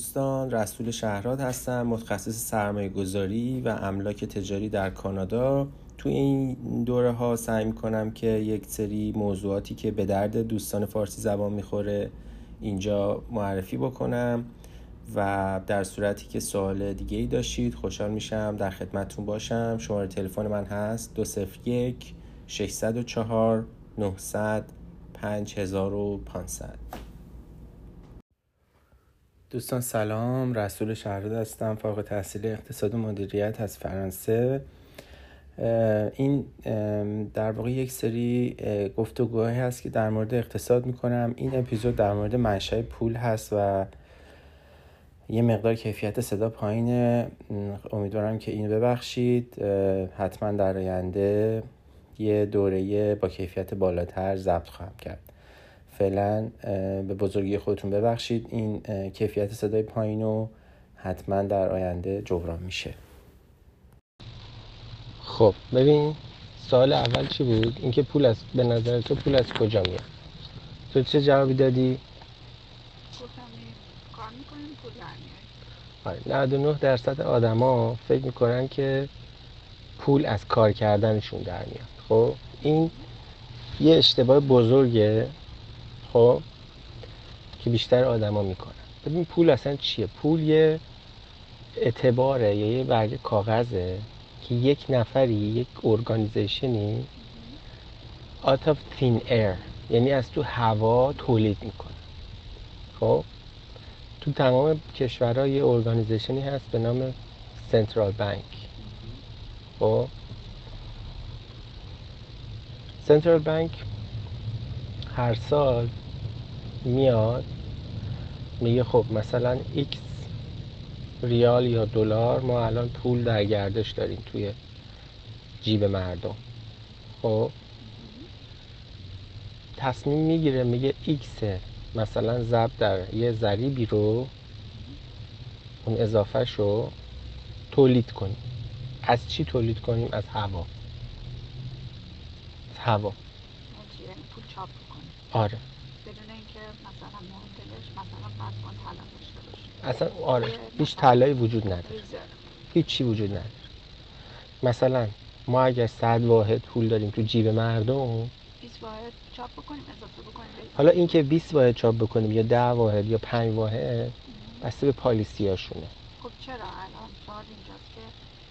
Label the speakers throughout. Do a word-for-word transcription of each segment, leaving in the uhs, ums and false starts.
Speaker 1: دوستان، رسول شهراد هستم، متخصص سرمایه گذاری و املاک تجاری در کانادا. تو این دوره ها سعی میکنم که یک سری موضوعاتی که به درد دوستان فارسی زبان میخوره اینجا معرفی بکنم و در صورتی که سوال دیگه ای داشتید خوشحال میشم در خدمتتون باشم. شماره تلفن من هست دو صفر یک ششصد و چهار نهصد پنج هزار و پانصد. دوستان سلام، رسول شهراد هستم، فارغ التحصیل اقتصاد و مدیریت از فرانسه. این در واقع یک سری گفتگوهایی هست که در مورد اقتصاد میکنم. این اپیزود در مورد منشأ پول هست و یه مقدار کیفیت صدا پایینه، امیدوارم که اینو ببخشید. حتما در آینده یه دوره با کیفیت بالاتر ضبط خواهم کرد. فعلا به بزرگی خودتون ببخشید، این کیفیت صدای پایینو حتما در آینده جبران میشه. خب ببین، سوال اول چی بود؟ اینکه پول از به نظر تو پول از کجا میاد؟ تو چه جوابی دادی؟
Speaker 2: گفتم کار میکنیم پول در میاد.
Speaker 1: آره، نود و نه درصد آدما فکر میکنن که پول از کار کردنشون در میاد. خب این یه اشتباه بزرگه، خب که بیشتر آدما میکنن. ببین پول اصلا چیه؟ پول یه اعتباره یا یه برگه کاغذه که یک نفری، یک ارگانیزیشنی out of thin air، یعنی از تو هوا تولید میکنه. خب تو تمام کشورها یه ارگانیزیشنی هست به نام سنترال بانک. خب سنترال بانک هر سال میاد میگه خب مثلا ایکس ریال یا دلار ما الان پول در گردش داریم توی جیب مردم. خب تصمیم میگیره میگه ایکس مثلا ضرب در یه ضریبی رو، اون اضافه شو تولید کنیم. از چی تولید کنیم؟ از هوا. از هوا
Speaker 2: یعنی پول چاپ بکنیم.
Speaker 1: آره،
Speaker 2: بدون اینکه مثلا معادلش مثلا فرض کن طلا داشته باشه.
Speaker 1: اصلا آره هیچ طلایی وجود نداره، هیچ چی وجود نداره. مثلا ما اگر صد واحد پول داریم تو جیب مردم،
Speaker 2: بیست واحد چاپ بکنیم اضافه بکنیم.
Speaker 1: حالا اینکه بیست واحد چاپ بکنیم یا ده واحد یا پنج واحد بسته به پالیسیاشونه.
Speaker 2: خب چرا الان سوال اینجاست که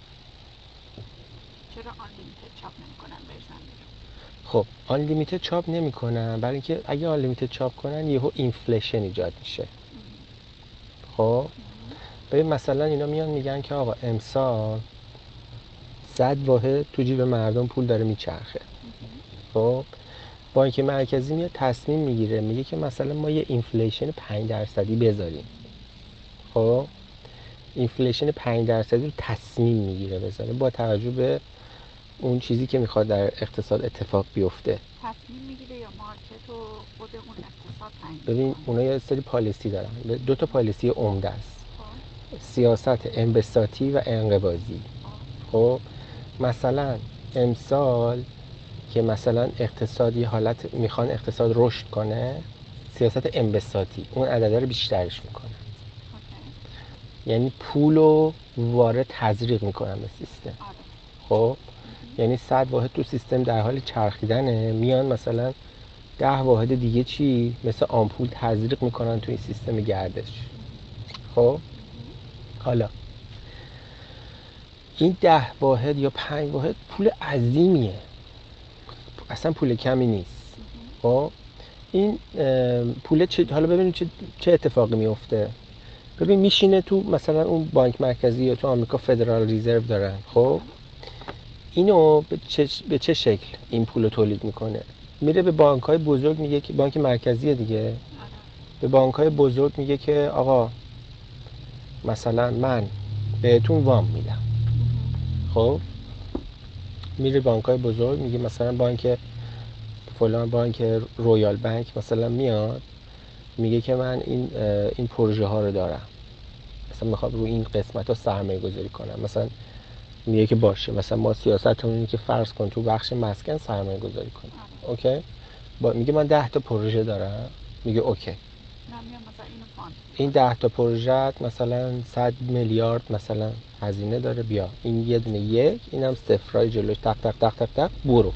Speaker 2: چرا آن لیمیتد چاپ نمی‌کنن بریزن بیرون؟
Speaker 1: خب آن لیمیتد چاپ نمی‌کنن برای اینکه اگه آن لیمیتد چاپ کنن یهو اینفلیشن ایجاد میشه. خب ببین مثلا اینا میان میگن که آقا امسال صد واحد تو جیب مردم پول داره میچرخه. خب بانک مرکزی میاد تصمیم میگیره میگه که مثلا ما یه اینفلیشن پنج درصدی بذاریم. خب اینفلیشن پنج درصدی رو تصمیم میگیره بذاره با توجه به اون چیزی که میخواد در اقتصاد اتفاق بیفته.
Speaker 2: تصمیم میگیره یا مارکت و خود اون اقتصاد تعیین؟
Speaker 1: ببین اونا یه سری پالیسی دارن، دو تا پالیسی عمده است، سیاست انبساطی و انقباضی. خب مثلا امسال که مثلا اقتصادی حالت میخوان اقتصاد رشد کنه، سیاست انبساطی اون عدده رو بیشترش میکنه. یعنی پولو وارد تزریق میکنن به سیستم. خب یعنی صد واحد تو سیستم در حال چرخیدنه، میان مثلا ده واحد دیگه چی مثل آمپول تزریق میکنن توی سیستم گردش. خب حالا این ده واحد یا پنج واحد پول عظیمیه، اصلا پول کمی نیست. خب این پول چه حالا ببینید چه چه اتفاقی میفته. ببین میشینه تو مثلا اون بانک مرکزی یا تو آمریکا فدرال ریزرو دارن. خب اینو به چه به چه شکل این پولو تولید میکنه؟ میره به بانک‌های بزرگ میگه که بانک مرکزی دیگه به بانک‌های بزرگ میگه که آقا مثلا من بهتون وام میدم. خب میره بانک‌های بزرگ میگه مثلا بانک فلان، بانک رویال بانک مثلا میاد میگه که من این این پروژه ها رو دارم، مثلا میخوام روی این قسمت ها سرمایه گذاری کنم. مثلا میگه که باشه مثلا ما سیاستمون اینه که فرض کن تو بخش مسکن سرمایه گذاری کنیم. اوکی با... میگه من ده تا پروژه دارم. میگه اوکی
Speaker 2: من میام مثلا اینو
Speaker 1: این ده تا پروژه مثلا صد میلیارد مثلا هزینه داره، بیا این یه دونه یک، اینم صفرای جلوش تق تق تق تق تق برو.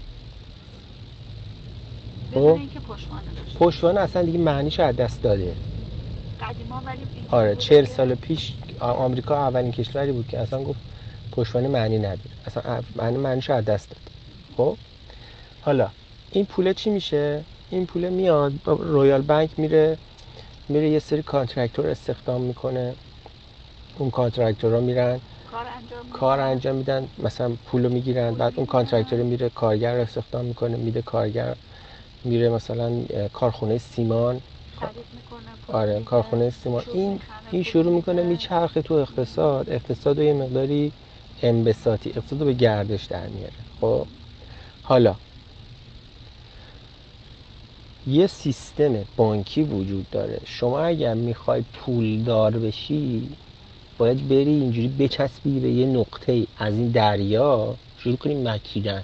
Speaker 2: بدون اینکه پشتوانه داشته.
Speaker 1: پشتوانه اصلا دیگه معنیش از دست داده.
Speaker 2: قدیما ولی
Speaker 1: آره چهل سال پیش آمریکا اولین کشوری بود که اصلا گفت پشتوانه معنی نداره، اصلا معنی معنیش از دست داد. خب حالا این پوله چی میشه؟ این پوله میاد رویال بانک میره میره یه سری کانترکتور استخدام میکنه، اون کانترکتورها میرن
Speaker 2: کار انجام میدن.
Speaker 1: کار انجام میدن، مثلا پولو میگیرن، بعد اون کانترکتور میره کارگر رو استخدام میکنه، میده کارگر میره مثلا کارخونه سیمان
Speaker 2: خرید میکنه.
Speaker 1: آره کارخونه سیمان، این این شروع میکنه میچرخه تو اقتصاد، اقتصاد رو یه مقداری انبساطی، اقتصاد رو به گردش در میاره. خب حالا یه سیستم بانکی وجود داره، شما اگر میخوای پولدار بشی باید بری اینجوری بچسبی به یه نقطه از این دریا شروع کنی مکیدن.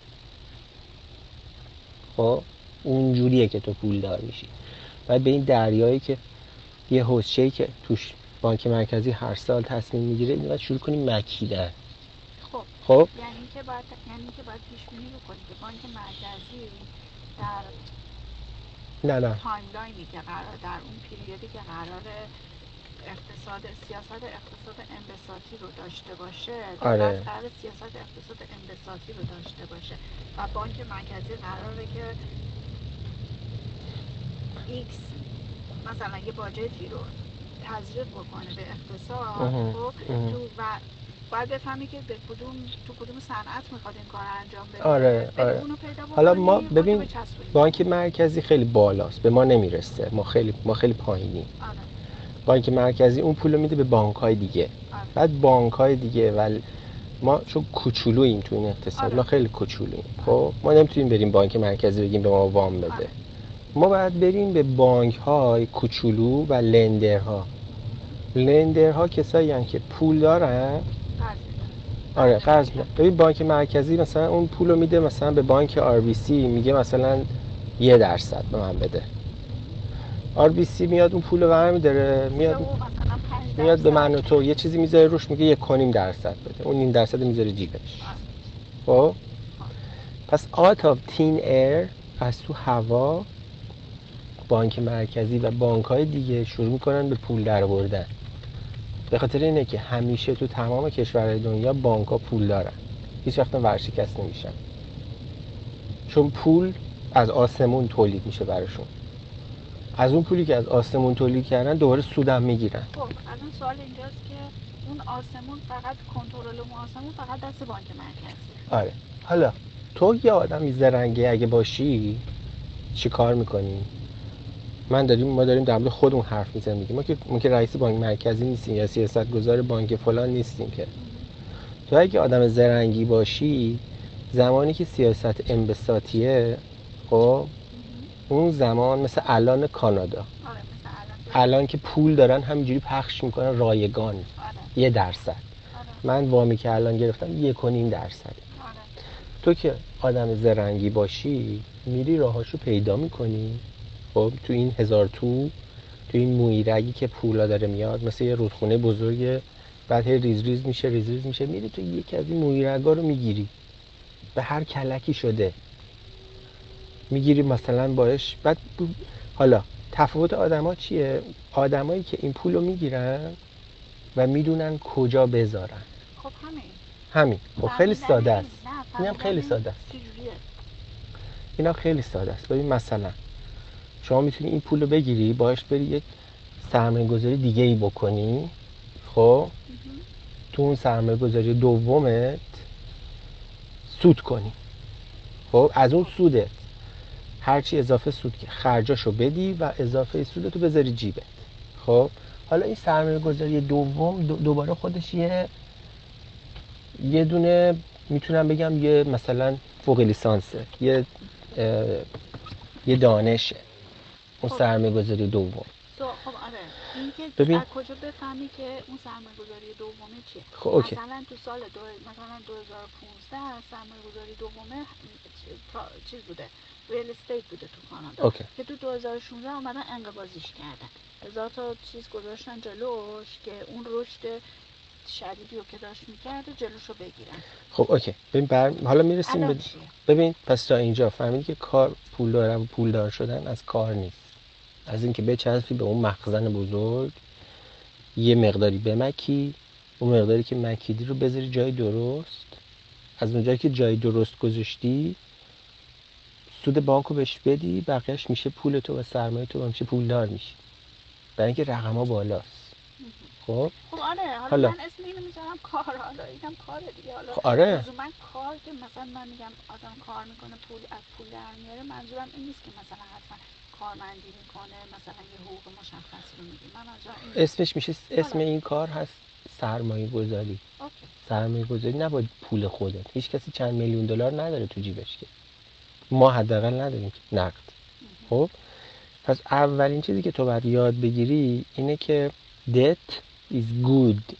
Speaker 1: خب اونجوریه که تو پولدار میشی، باید به این دریایی که یه حوضچه‌ای که توش بانک مرکزی هر سال تصمیم میگیره این باید شروع کنی مکیدن.
Speaker 2: خب
Speaker 1: خب
Speaker 2: یعنی که باید یعنی که باید پیش بینی بکنی که بانک مرکزی در
Speaker 1: نه نه
Speaker 2: تایملاینی که قرار در اون پیریودی که قرار اقتصاد سیاست اقتصاد انبساطی رو داشته باشه،
Speaker 1: آره.
Speaker 2: دولت قرار سیاست اقتصاد انبساطی رو داشته باشه و بانک مرکزی قراره که ایکس مثلا یه باجتی رو تزریق بکنه به اقتصاد. خب تو و باید بفهمی که به کدوم تو کدوم صنعت میخواد این کار انجام بده.
Speaker 1: آره آره.
Speaker 2: اونو پیدا بکنی.
Speaker 1: حالا ما ببین بانک مرکزی خیلی بالاست، به ما نمیرسه، ما خیلی ما خیلی پایینی.
Speaker 2: آره.
Speaker 1: بانک مرکزی اون پولو میده به بانک‌های دیگه. آره. بعد بانک‌های دیگه ولی ما چون کوچولوییم تو این اقتصاد. آره. ما خیلی کوچولوییم. خب ما نمیتونیم بریم بانک مرکزی بگیم به ما وام بده. آره. ما باید بریم به بانک‌های کوچولو و لندرها. لندرها کسایی هستن که پول دارن، آره قرض میدن. ببین بانک مرکزی مثلا اون پولو میده مثلا به بانک آر بی سی، میگه مثلا یه درصد به من بده. آر بی سی میاد اون پولو برمی‌داره میاد میاد به من و تو یه چیزی میذاره روش، میگه یک و نیم درصد بده، اون نیم درصد میذاره جیبش. خب پس out of thin air، از تو هوا بانک مرکزی و بانک‌های دیگه شروع میکنن به پول درآوردن. به خاطر اینه که همیشه تو تمام کشورهای دنیا بانک‌ها پول دارن، هیچ وقت ورشکست نمیشن، چون پول از آسمون تولید میشه براشون. از اون پولی که از آسمون تولید کردن دوباره سودم میگیرن.
Speaker 2: خب الان سوال اینجاست که اون آسمون فقط کنترل اون آسمون فقط دست بانک مرکزی.
Speaker 1: آره. حالا تو یه آدمی زرنگی اگه باشی چی کار میکنی؟ من داریم ما داریم در مورد خودمون حرف میزنیم، ما که ما که رئیس بانک مرکزی نیستیم یا سیاستگزار بانک فلان نیستیم که. تو اگه آدم زرنگی باشی زمانی که سیاست انبساطیه، خب اون زمان مثل الان کانادا، آره مثل الان الان که پول دارن همینجوری پخش میکنن رایگان. آره. یه درصد. آره. من وامی که الان گرفتم یک و نیم درصد. آره. تو که آدم زرنگی باشی میری راهاشو پیدا میکنی. خب تو این هزار تو تو این مویرگی که پولا داره میاد مثل یه رودخونه بزرگه، بعد هی ریز ریز میشه ریز ریز میشه میری تو یکی از این مویرگا رو میگیری، به هر کلکی شده میگیری مثلا باش. بعد حالا تفاوت آدما چیه؟ آدمایی که این پولو میگیرن و میدونن کجا بذارن.
Speaker 2: خب همین
Speaker 1: همین خب خیلی ساده است. اینم خیلی ساده است. اینا خیلی ساده است. ببین مثلا شما میتونی این پولو بگیری باش بری یک سرمایه گذاری دیگه ای بکنی. خب تو اون سرمایه گذاری دومت سود کنی. خب از اون سودت هرچی اضافه سود که خرجاشو بدی و اضافه سودتو بذاری جیبت. خب حالا این سرمایه گذاری دوم دوباره خودش یه یه دونه میتونم بگم یه مثلا فوق لیسانسه، یه یه دانشه اون سرمایه گذاری دوم.
Speaker 2: خب آره اینکه
Speaker 1: ببین
Speaker 2: از کجا بفهمی که اون سرمایه‌گذاری دومه چیه؟
Speaker 1: خب اوکی.
Speaker 2: مثلا تو سال دو مثلا دو هزار و پانزده سرمایه‌گذاری دومه چیز بوده، ریل استیت بوده تو کانادا
Speaker 1: اوکی.
Speaker 2: که تو دو هزار و شانزده اومدن انقباضیش کردن، هزار تا چیز گذاشتن جلوش که اون رشد شدیدی رو که داشت میکرد و جلوشو بگیرن.
Speaker 1: خب اوکی. ببین بر... حالا میرسیم به ببین پس تا اینجا فهمیدی که کار پول دارم پولدار شدن از کار نیست، از اینکه بچسبی به اون مخزن بزرگ، یه مقداری بمکی، اون مقداری که مکیدی رو بذاری جای درست، از اونجایی که جای درست گذاشتی سود بانکو بهش بدی، بقیهش میشه پول تو و سرمایه تو و میشه پولدار میشی، برای اینکه رقما بالاست. خب
Speaker 2: خب آره، حالا,
Speaker 1: حالا
Speaker 2: من اسم اینو میذارم کار، حالا اینم کار دیگه. حالا
Speaker 1: خب آره
Speaker 2: لزوما کار که مثلا من میگم آدم کار میکنه پول از پول در میاره، منظورم این نیست که مثلا حتما کارمندی میکنه مثلا یه حقوق مشخصی رو میگیم. من منظورم این
Speaker 1: اسمش میشه اسم حالا. این کار هست سرمایه گذاری. سرمایه گذاری نباید پول خودت، هیچ کسی چند میلیون دلار نداره تو جیبش که، ما حداقل نداریم نقد. خب پس اولین چیزی که تو باید یاد بگیری اینه که debt is good,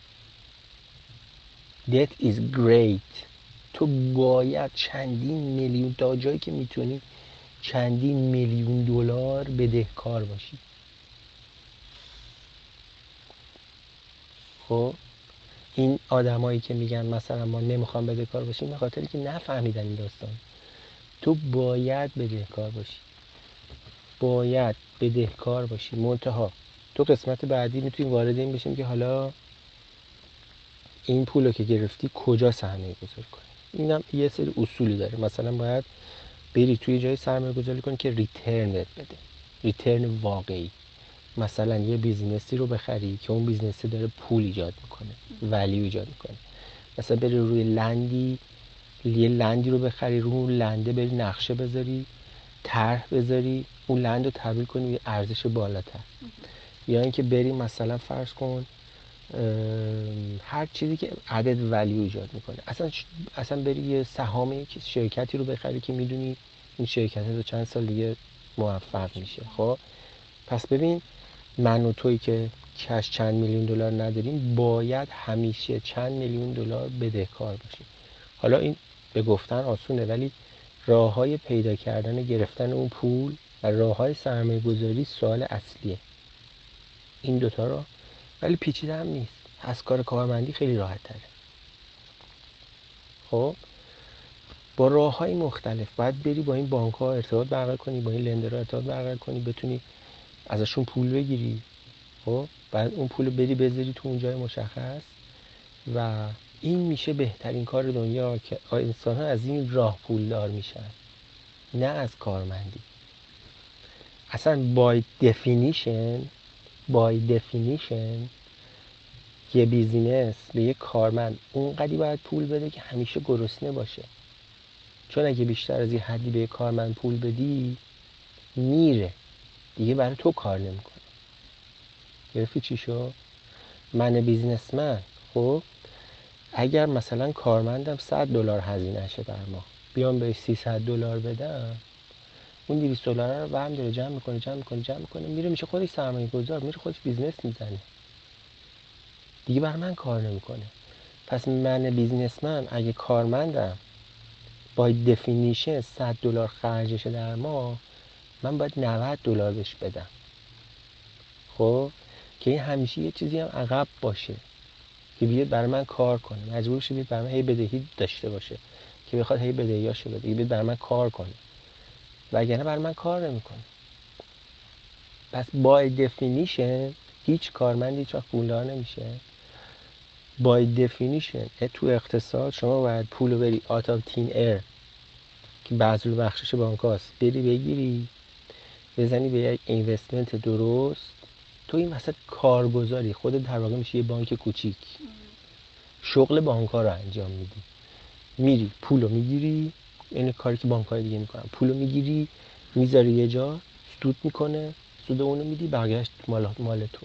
Speaker 1: debt is great. تو باید چندین میلیون تا جایی که میتونی چندین میلیون دلار بدهکار باشی. خب این آدمایی که میگن مثلا ما نمیخوام بدهکار باشیم به خاطری که نفهمیدن این داستان. تو باید بدهکار باشی، باید بدهکار باشی. منتها تو قسمت بعدی میتونی وارد این بشیم که حالا این پولو که گرفتی کجا سرمایه گذاری کنی. اینم یه سری اصولی داره. مثلا باید بری توی جای سرمایه گذاری کنی که ریترن بده، ریترن واقعی. مثلا یه بیزینسی رو بخری که اون بیزنسی داره پول ایجاد میکنه، ولیو ایجاد میکنه. مثلا بری روی لندی، یه لندی رو بخری، روی اون لنده بری نقشه بذاری، طرح بذاری، اون لند رو تبدیل کنی به ارزش بالاتر. یا اینکه بری مثلا فرض کن هر چیزی که عدد ولیو ایجاد میکنه، اصلا اصلا بری یه سهام یک شرکتی رو بخری که میدونی این شرکت رو چند سال دیگه موفق میشه. خب پس ببین من و تویی که کش چند میلیون دلار نداریم باید همیشه چند میلیون دلار بدهکار باشیم. حالا این به گفتن آسونه، ولی راههای پیدا کردن گرفتن اون پول و راههای سرمایه گذاری سوال اصلیه. این دوتا رو، ولی پیچیده هم نیست، از کار کارمندی خیلی راحت تره. خب با راههای مختلف باید بری با این بانک ها ارتباط برقرار کنی، با این لندرها ارتباط برقرار کنی، بتونی ازشون پول بگیری. خب بعد اون پول رو بری بذاری تو اون جای مشخص و این میشه بهترین کار دنیا که انسان ها از این راه پولدار میشن، نه از کارمندی. اصلا by definition by definition یه بیزینس به یه کارمند اونقدی باید پول بده که همیشه گرسنه باشه، چون اگه بیشتر از این حدی به یه کارمند پول بدی میره دیگه، برای تو کار نمیکنه. گرفتی چی شو؟ من بیزنسمن، خب اگر مثلا کارمندم صد دلار هزینه شه بر ماه، بیام بهش سیصد دلار بدم، اون دویست دلار رو برم داره جمع میکنه جمع میکنه جمع میکنه میره میشه خودش سرمایه گذار، میره خودش بیزنس میزنه دیگه، بر من کار نمیکنه. پس من بیزنسمن اگه کارمندم با دفینیشن صد دلار خرجش در ماه، من باید نود دلار بهش بدم. خب که این همیشه یه چیزی هم عقب باشه که بیاد برای من کار کنه، مجبور شه بیاد برای من هی بدهی داشته باشه که بخواد هی بدهیاشو بده، بیاد برای من کار کنه، وگرنه برای من کار نمیکنه. پس با دفینیشن هیچ کارمندی هیچ وقت پولدار نمیشه. با دفینیشن تو اقتصاد شما باید پولو بری آت آف تین ایر که بذر بخشش بانکاست بری بگیری بزنی به یک اینوستمنت درست. تو این وسط کارگزاری، خودت در واقع میشه یه بانک کوچیک، شغل بانک‌ها رو انجام میدی، میری پولو میگیری، این کاری که بانک‌های دیگه میکنن، پولو میگیری میذاری یه جا، سود میکنه، سود اونو میدی، برگشت مال مال تو.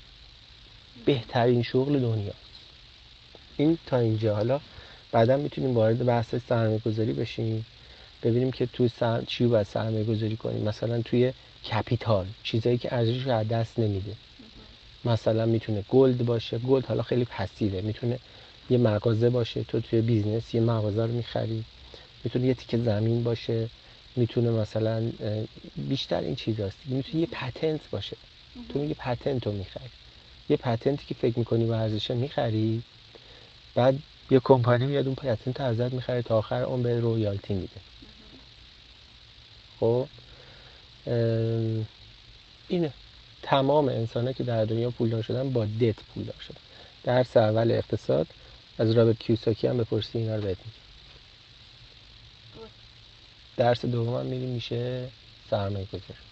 Speaker 1: بهترین شغل دنیاست این. تا اینجا حالا بعدا میتونیم وارد بحث سرمایه‌گذاری بشیم، ببینیم که توی سر... چی باید سرمایه گذاری کنیم. مثلا توی کپیتال، چیزایی که ارزشش رو از دست نمیده. مثلا میتونه گلد باشه. گلد حالا خیلی پسیوه، میتونه یه مغازه باشه، تو توی بیزنس یه مغازه رو میخری، میتونه یه تیکه زمین باشه، میتونه مثلا بیشتر این چیزاست، میتونه یه پتنت باشه، تو یه پتنت رو میخری، یه پتنتی که فکر میکنی با ارزشه میخری، بعد یه کمپانی میاد اون پتنت رو ازت میخره تا آخر اون به رویالتی میده. خب اینه تمام انسان‌ها که در دنیا پولدار شدن با دت پولدار شدن. درس اول اقتصاد از رابرت کیوساکی هم بپرسی اینا رو بهت میگه. درس دوم هم میریم میشه سرمایه‌گذاری.